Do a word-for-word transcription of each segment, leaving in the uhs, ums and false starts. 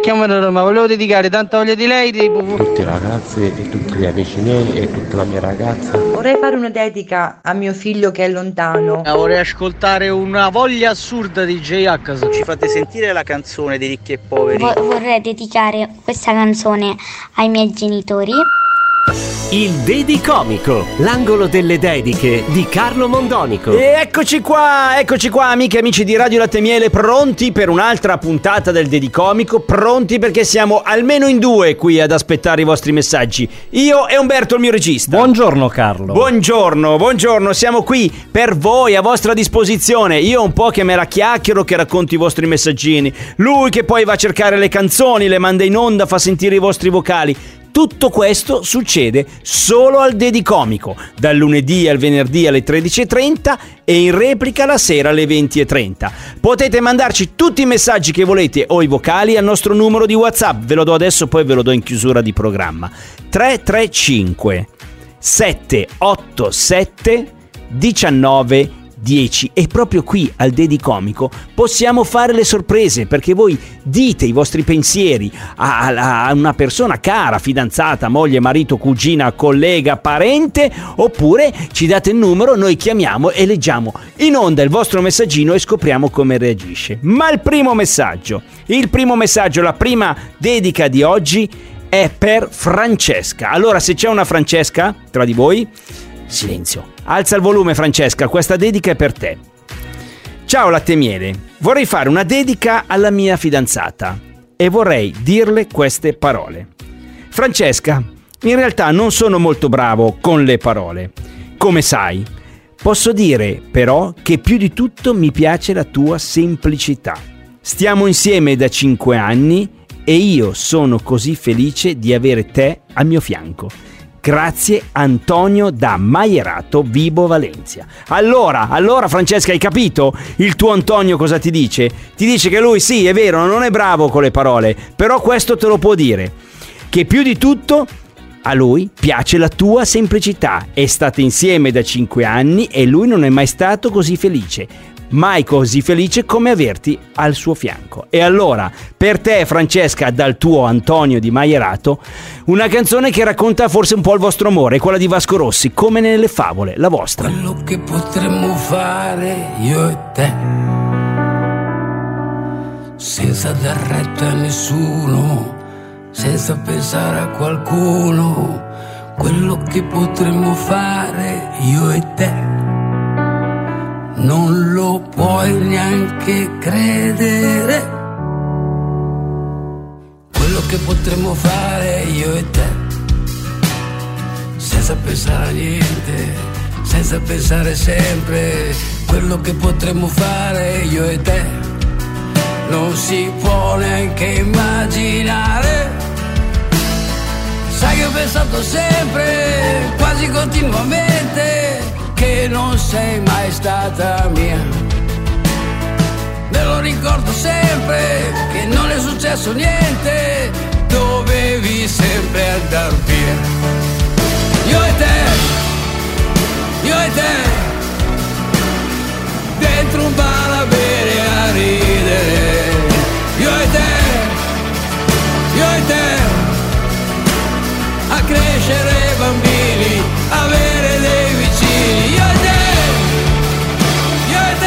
chiamo da Roma, volevo dedicare tanta voglia di lei tutti i ragazzi e tutti gli amici miei e tutta la mia ragazza. Vorrei fare una dedica a mio figlio che è lontano. Vorrei ascoltare una voglia assurda di J-H. Ci fate sentire la canzone dei ricchi e poveri? Vo- vorrei dedicare questa canzone ai miei genitori. Il Dedicomico, l'angolo delle dediche di Carlo Mondonico. E eccoci qua, eccoci qua amiche e amici di Radio Latte Miele, pronti per un'altra puntata del Dedicomico, pronti perché siamo almeno in due qui ad aspettare i vostri messaggi. Io e Umberto, il mio regista. Buongiorno Carlo. Buongiorno, buongiorno, siamo qui per voi, a vostra disposizione. Io un po' che me la chiacchiero, che racconto i vostri messaggini. Lui che poi va a cercare le canzoni, le manda in onda, fa sentire i vostri vocali. Tutto questo succede solo al Dedicomico, dal lunedì al venerdì alle tredici e trenta e in replica la sera alle venti e trenta. Potete mandarci tutti i messaggi che volete o i vocali al nostro numero di WhatsApp, ve lo do adesso, poi ve lo do in chiusura di programma. tre tre cinque sette otto sette diciannove dieci. E proprio qui al Dedicomico possiamo fare le sorprese, perché voi dite i vostri pensieri a, a, a una persona cara, fidanzata, moglie, marito, cugina, collega, parente, oppure ci date il numero, noi chiamiamo e leggiamo in onda il vostro messaggino e scopriamo come reagisce. Ma il primo messaggio, il primo messaggio, la prima dedica di oggi è per Francesca. Allora, se c'è una Francesca tra di voi, silenzio. Alza il volume, Francesca, questa dedica è per te. Ciao Latte Miele, vorrei fare una dedica alla mia fidanzata e vorrei dirle queste parole. Francesca, in realtà non sono molto bravo con le parole, come sai. Posso dire però che più di tutto mi piace la tua semplicità. Stiamo insieme da cinque anni e io sono così felice di avere te al mio fianco. Grazie Antonio da Maierato, Vibo Valencia. Allora, allora Francesca, hai capito? Il tuo Antonio cosa ti dice? Ti dice che lui sì, è vero, non è bravo con le parole, però questo te lo può dire, che più di tutto a lui piace la tua semplicità. E state insieme da cinque anni e lui non è mai stato così felice. Mai così felice come averti al suo fianco. E allora, per te Francesca, dal tuo Antonio di Maierato, una canzone che racconta forse un po' il vostro amore, quella di Vasco Rossi, come nelle favole, la vostra. Quello che potremmo fare io e te, senza dar retta a nessuno, senza pensare a qualcuno. Quello che potremmo fare io e te, non lo puoi neanche credere. Quello che potremmo fare io e te, senza pensare a niente, senza pensare sempre. Quello che potremmo fare io e te, non si può neanche immaginare. Sai che ho pensato sempre, quasi continuamente, che non sei mai stata mia. Me lo ricordo sempre, che non è successo niente, dovevi sempre andar via. Io e te, io e te, dentro un bar a bere e a ridere. Io e te, io e te, a crescere bambini, avere dei vicini. Io e te, io e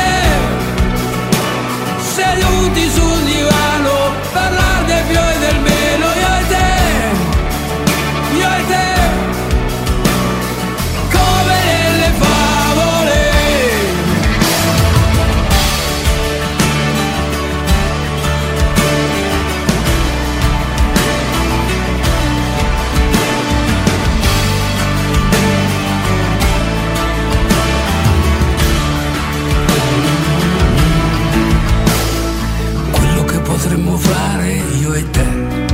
te, seduti sul divano, parlare del più e del meno. Io e te, io e te, come nelle favole. Potremmo fare io e te,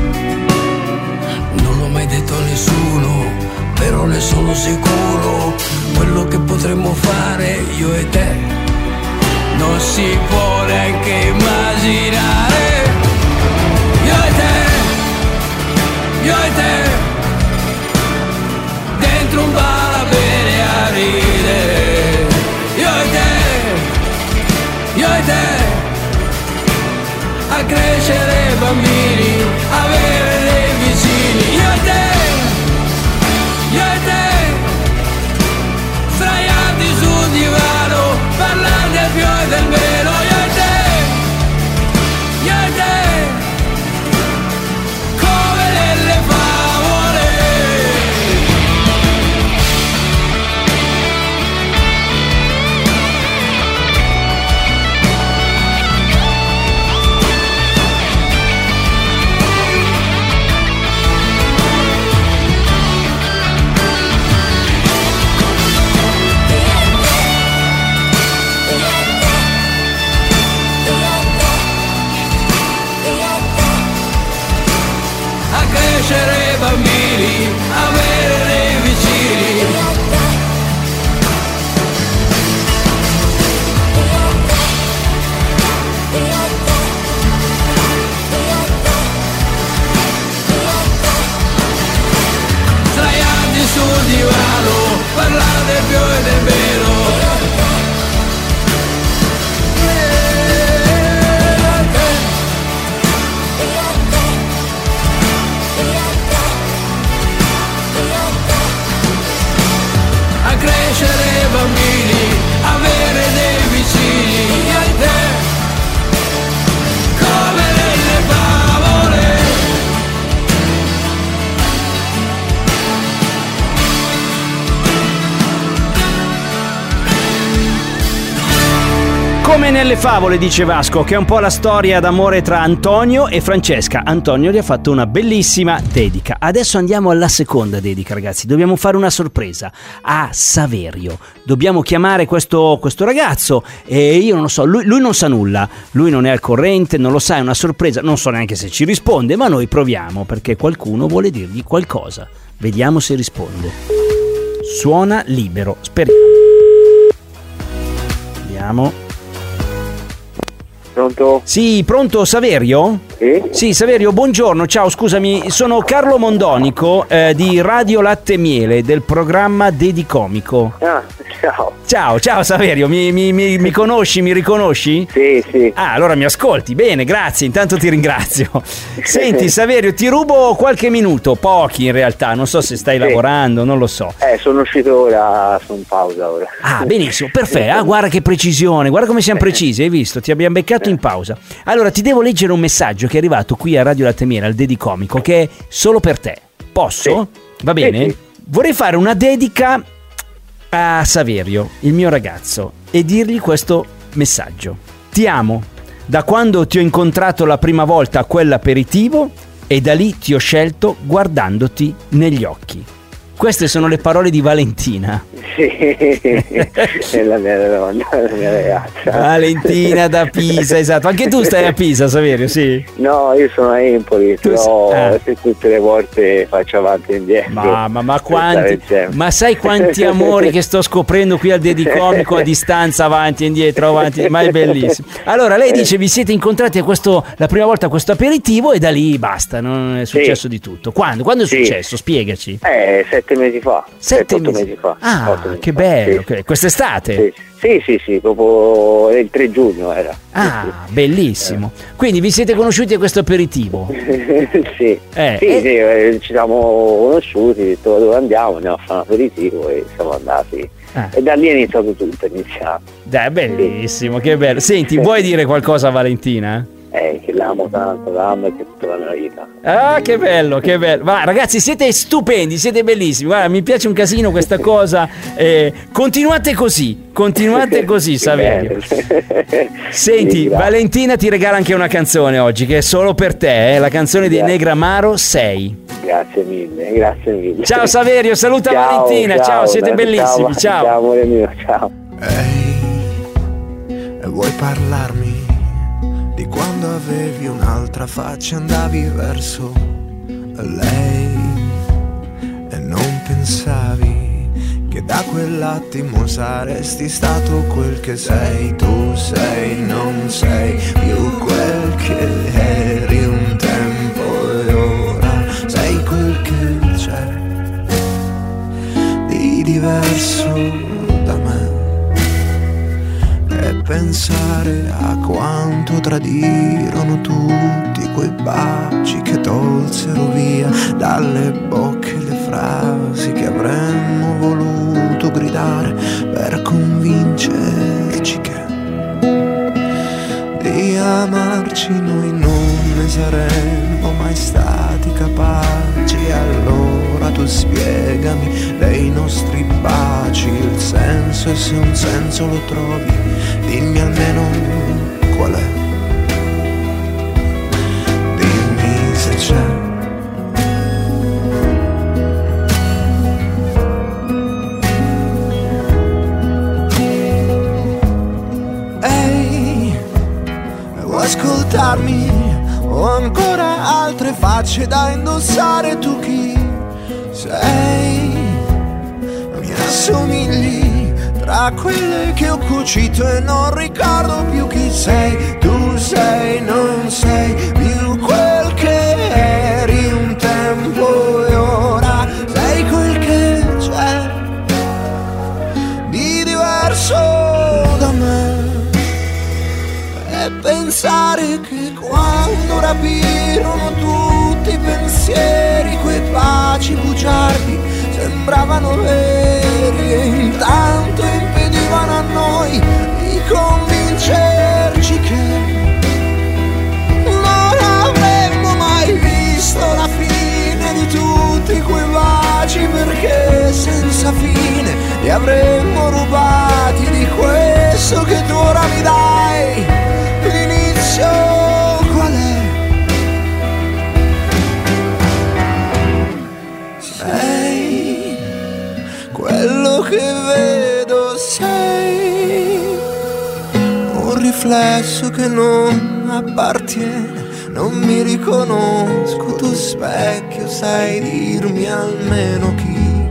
non l'ho mai detto a nessuno, però ne sono sicuro. Quello che potremmo fare io e te, non si può neanche immaginare. Io e te, io e te, dentro un bar a bere e a ridere. Io e te, io e te, a crescere bambini, crescere bambini, avere dei vicini. Sdraiati sul divano, parlare del più e del vero. A crescere bambini, avere dei vicini, a te, come nelle favole. Come nelle favole, dice Vasco, che è un po' la storia d'amore tra Antonio e Francesca. Antonio gli ha fatto una bellissima dedica. Adesso andiamo alla seconda dedica, ragazzi. Dobbiamo fare una sorpresa a Saverio. Dobbiamo chiamare questo, questo ragazzo e io non lo so, lui, lui non sa nulla, lui non è al corrente, non lo sa, è una sorpresa, non so neanche se ci risponde, ma noi proviamo perché qualcuno vuole dirgli qualcosa. Vediamo se risponde. Suona libero, speriamo. Vediamo. Pronto? Sì, pronto Saverio? Sì? Sì, Saverio, buongiorno, ciao, scusami, sono Carlo Mondonico eh, di Radio Latte e Miele del programma Dedicomico. Ah, ciao. Ciao, ciao Saverio, mi, mi, mi, mi conosci, mi riconosci? Sì, sì. Ah, allora mi ascolti, bene, grazie, intanto ti ringrazio. Senti Saverio, ti rubo qualche minuto, pochi in realtà, non so se stai Sì. lavorando, non lo so. Eh, sono uscito ora, sono in pausa ora. Ah, benissimo, perfetto. Ah, guarda che precisione, guarda come siamo precisi, hai visto? Ti abbiamo beccato in pausa. Allora, ti devo leggere un messaggio che è arrivato qui a Radio Latte e Miele, al Dedicomico, che è solo per te. Posso? Sì. Va bene? Sì, sì. Vorrei fare una dedica a Saverio, il mio ragazzo, e dirgli questo messaggio. Ti amo. Da quando ti ho incontrato la prima volta a quell'aperitivo e da lì ti ho scelto guardandoti negli occhi. Queste sono le parole di Valentina. Sì, è la mia donna, la mia ragazza. Valentina da Pisa, esatto. Anche tu stai a Pisa, Saverio, sì? No, io sono a Empoli, Tu però sei- ah. se tutte le volte faccio avanti e indietro. Ma, ma, ma per quanti, stare insieme. ma sai quanti amori che sto scoprendo qui al Dedicomico a distanza, avanti e indietro, avanti, ma è bellissimo. Allora, lei dice vi siete incontrati a questo, la prima volta a questo aperitivo e da lì basta, non è successo Sì. di tutto. Quando? Quando è Sì. successo? Spiegaci. Eh, sette mesi fa. Sette otto mesi. mesi fa. Ah, Otto mesi che fa, bello, sì. che- quest'estate? Sì, sì, sì, sì, proprio il tre giugno era. Ah, bellissimo. Quindi vi siete conosciuti a questo aperitivo? sì, Eh, sì, eh. sì, eh, ci siamo conosciuti, ho detto dove andiamo, andiamo a fare un aperitivo e siamo andati. Ah. E da lì è iniziato tutto, è iniziato. Dai, bellissimo, che bello. Senti, vuoi dire qualcosa a Valentina? Eh, che l'amo tanto, l'amo per tutta la mia vita. Ah, che bello, che bello. Va, ragazzi, siete stupendi, siete bellissimi. Guarda, mi piace un casino questa cosa. Eh, continuate così, continuate così, Saverio. Senti, Sì, grazie. Valentina ti regala anche una canzone oggi, che è solo per te, eh, la canzone dei Grazie. Negramaro sei. Grazie mille, grazie mille. Ciao Saverio, saluta Ciao, Valentina, ciao, siete dai, bellissimi, ciao. Ciao, amore mio, ciao. Ehi, e vuoi parlarmi di quando avevi un'altra faccia, andavi verso lei e non pensavi che da quell'attimo saresti stato quel che sei. Tu sei, non sei più quel che eri un tempo e ora sei quel che c'è di diverso da me. E pensare a quanto tradirono tutti quei baci che tolsero via dalle bocche le frasi che avremmo voluto gridare per convincerci che di amarci noi non ne saremmo mai stati capaci. Allora tu spiegami dei nostri baci il senso, e se un senso lo trovi dimmi almeno qual è. Dimmi se c'è. Ehi, vuoi ascoltarmi o ancora altre facce da indossare. Tu chi sei? Mi assomigli tra quelle che ho cucito e non ricordo più chi sei. Tu sei, non sei più quel che eri un tempo e ora sei quel che c'è di diverso da me. E pensare che quando rapirono tutti i pensieri, quei baci bugiardi sembravano veri e intanto impedivano a noi di convincerci che non avremmo mai visto la fine di tutti quei baci, perché senza fine li avremmo rubati di questo che tu ora mi dai. L'inizio qual è? Sei quello che vedo, sei un riflesso che non appartiene. Non mi riconosco, tu specchio sai dirmi almeno chi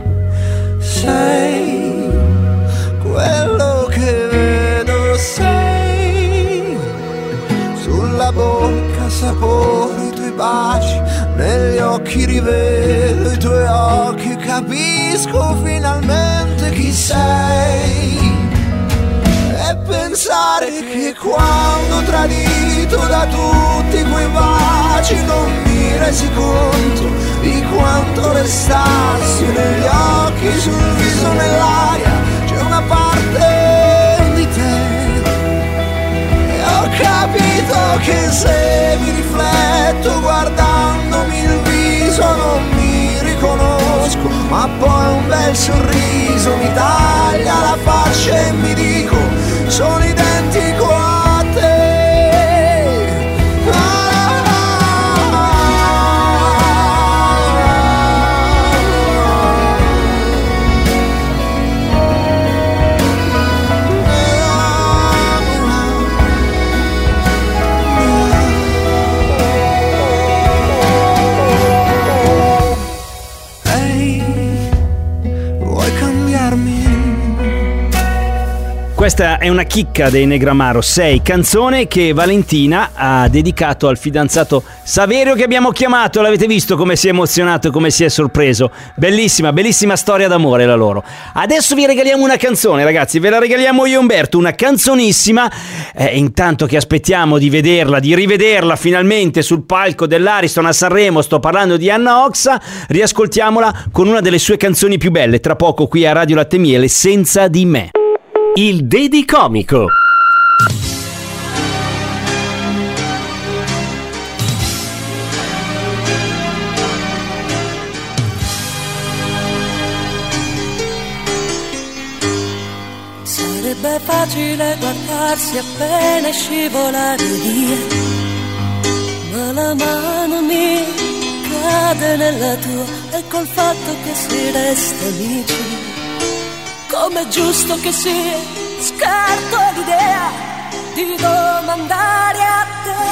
sei. Quello che vedo sei sulla bocca sapore i tuoi baci, negli occhi rivedo i tuoi occhi, capisco finalmente chi sei. E pensare che quando tradito da tutti quei baci non mi resi conto di quanto restassi negli occhi, sul viso, nell'aria. C'è una parte di te e ho capito che se mi rifletto guardandomi il viso non mi riconosco, ma poi un bel sorriso mi taglia la faccia e mi dico sono identico a te. Questa è una chicca dei Negramaro sei, canzone che Valentina ha dedicato al fidanzato Saverio che abbiamo chiamato. L'avete visto come si è emozionato e come si è sorpreso? Bellissima, bellissima storia d'amore la loro. Adesso vi regaliamo una canzone, ragazzi, ve la regaliamo io e Umberto, una canzonissima. Eh, intanto che aspettiamo di vederla, di rivederla finalmente sul palco dell'Ariston a Sanremo, sto parlando di Anna Oxa, riascoltiamola con una delle sue canzoni più belle, tra poco qui a Radio Latte Miele, Senza di me. Il Dedicomico. Sarebbe facile guardarsi appena e scivolare via, ma la mano mi cade nella tua e col fatto che si resta amici, come giusto che sia, scarto l'idea di domandare a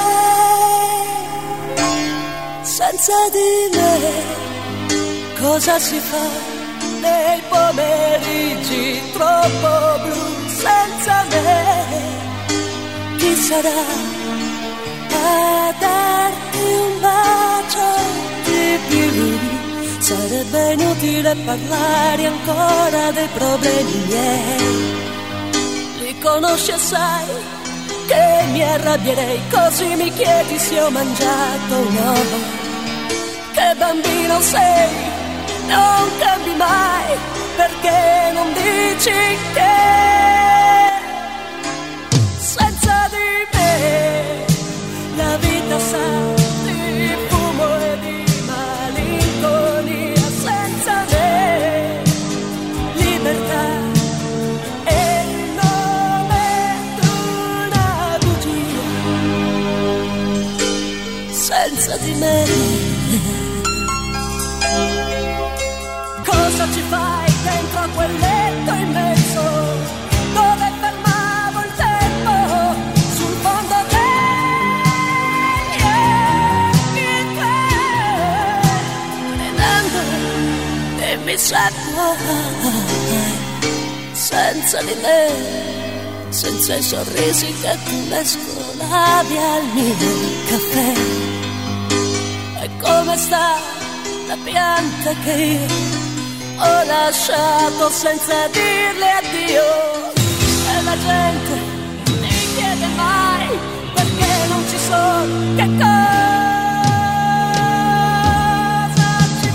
te. Senza di me cosa si fa nei pomeriggi troppo blu? Senza me chi sarà a darti un bacio di più? Sarebbe inutile parlare ancora dei problemi miei, li conosci e sai che mi arrabbierei, così mi chiedi se ho mangiato o no. Che bambino sei, non cambi mai, perché non dici che senza di me la vita sa di fumo e di senza di me. Cosa ci fai dentro a quel letto immenso dove fermavo il tempo sul fondo degli occhi dimmi se puoi, senza di me, senza i sorrisi che tu mescolavi al mio caffè. E come sta la pianta che io ho lasciato senza dirle addio? E la gente mi chiede mai perché non ci sono, che cosa ci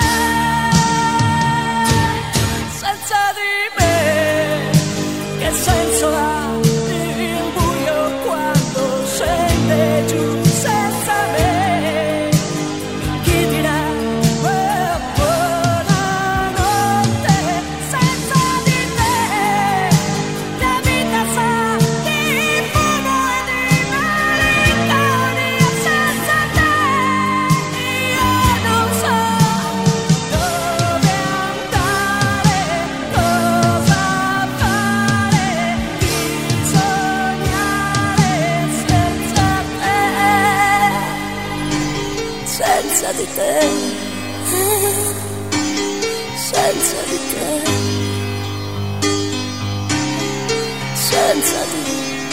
fai senza di me? Che senso ha il buio quando scende giù senza me? Chi dirà oh, buonanotte senza di te? La vita sa di fumo e di malinconia senza te. Io non so dove andare, cosa fare, chi sognare senza te, senza di te, senza di te, senza di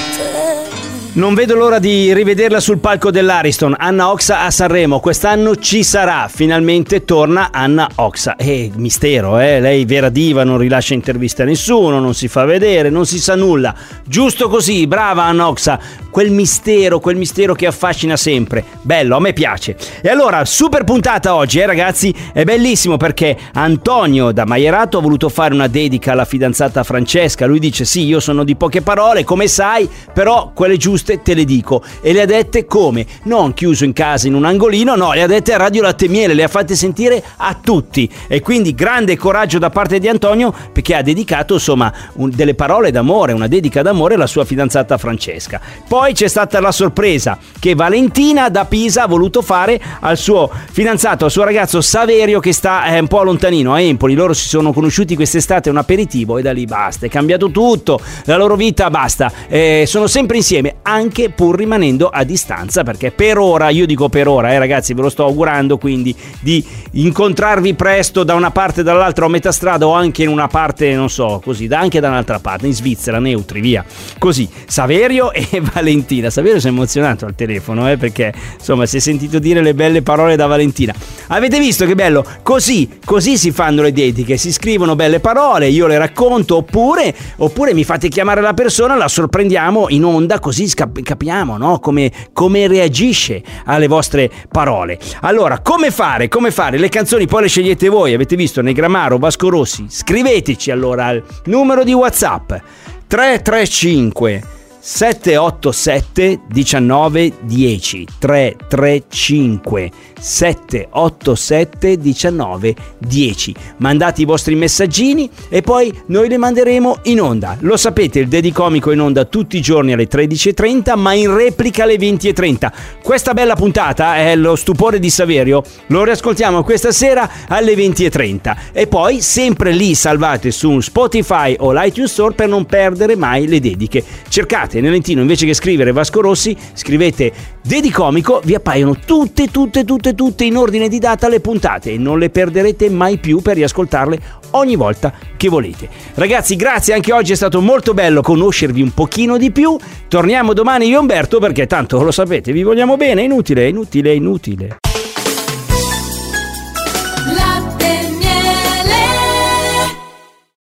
te. Non vedo l'ora di rivederla sul palco dell'Ariston. Anna Oxa a Sanremo, quest'anno ci sarà, finalmente torna Anna Oxa. Eh, mistero, eh, lei vera diva, non rilascia interviste a nessuno, non si fa vedere, non si sa nulla. Giusto così, brava Anna Oxa, quel mistero, quel mistero che affascina sempre. Bello, a me piace. E allora, super puntata oggi, eh ragazzi, è bellissimo perché Antonio da Maierato ha voluto fare una dedica alla fidanzata Francesca. Lui dice: sì, io sono di poche parole, come sai, però quelle giuste te le dico. E le ha dette come? Non chiuso in casa in un angolino, no, le ha dette a Radio Latte e Miele, le ha fatte sentire a tutti. E quindi grande coraggio da parte di Antonio, perché ha dedicato insomma un, delle parole d'amore, una dedica d'amore alla sua fidanzata Francesca. Poi c'è stata la sorpresa che Valentina da Pisa ha voluto fare al suo fidanzato, al suo ragazzo Saverio, che sta eh, un po' lontanino a Empoli. Loro si sono conosciuti quest'estate, un aperitivo, e da lì basta, è cambiato tutto, la loro vita basta, eh, sono sempre insieme, anche pur rimanendo a distanza, perché per ora, io dico per ora, eh ragazzi, ve lo sto augurando, quindi di incontrarvi presto da una parte e dall'altra, o a metà strada, o anche in una parte, non so, così, da anche da un'altra parte, in Svizzera, neutri, via. Così, Saverio e Valentina. Saverio si è emozionato al telefono, eh, perché insomma si è sentito dire le belle parole da Valentina. Avete visto che bello? Così, così si fanno le dediche, si scrivono belle parole, io le racconto, oppure, oppure mi fate chiamare la persona, la sorprendiamo in onda, così capiamo, no? Come, come reagisce alle vostre parole. Allora, come fare? Come fare? Le canzoni poi le scegliete voi, avete visto, Negramaro, Vasco Rossi. Scriveteci allora al numero di WhatsApp tre tre cinque sette otto sette uno nove uno zero tre tre cinque sette otto sette uno nove uno zero. Mandate i vostri messaggini e poi noi li manderemo in onda. Lo sapete, il Dedicomico in onda tutti i giorni alle tredici e trenta, ma in replica alle venti e trenta. Questa bella puntata è lo stupore di Saverio, lo riascoltiamo questa sera alle venti e trenta, e poi sempre lì salvate su Spotify o l'iTunes Store per non perdere mai le dediche. Cercate nel lentino, invece che scrivere Vasco Rossi, scrivete Dedicomico, vi appaiono tutte tutte tutte tutte in ordine di data le puntate e non le perderete mai più per riascoltarle ogni volta che volete. Ragazzi, grazie, anche oggi è stato molto bello conoscervi un pochino di più. Torniamo domani io e Umberto, perché tanto lo sapete, vi vogliamo bene, inutile, inutile, inutile.